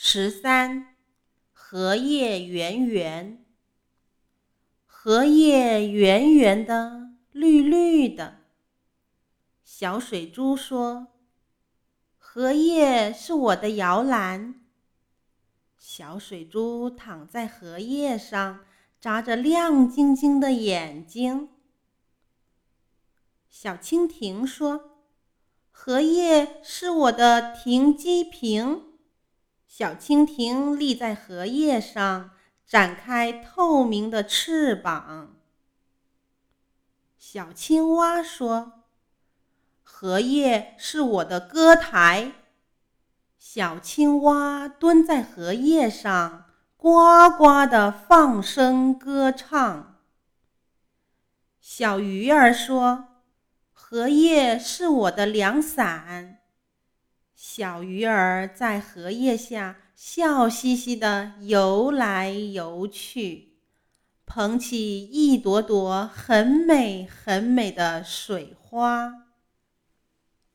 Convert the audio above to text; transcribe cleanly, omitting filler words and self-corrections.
13. 荷叶圆圆。荷叶圆圆的，绿绿的。小水珠说：荷叶是我的摇篮。小水珠躺在荷叶上，眨着亮晶晶的眼睛。小蜻蜓说：荷叶是我的停机坪。小蜻蜓立在荷叶上，展开透明的翅膀。小青蛙说：荷叶是我的歌台。小青蛙蹲在荷叶上，呱呱地放声歌唱。小鱼儿说：荷叶是我的凉伞。小鱼儿在荷叶下笑嘻嘻地游来游去，捧起一朵朵很美很美的水花。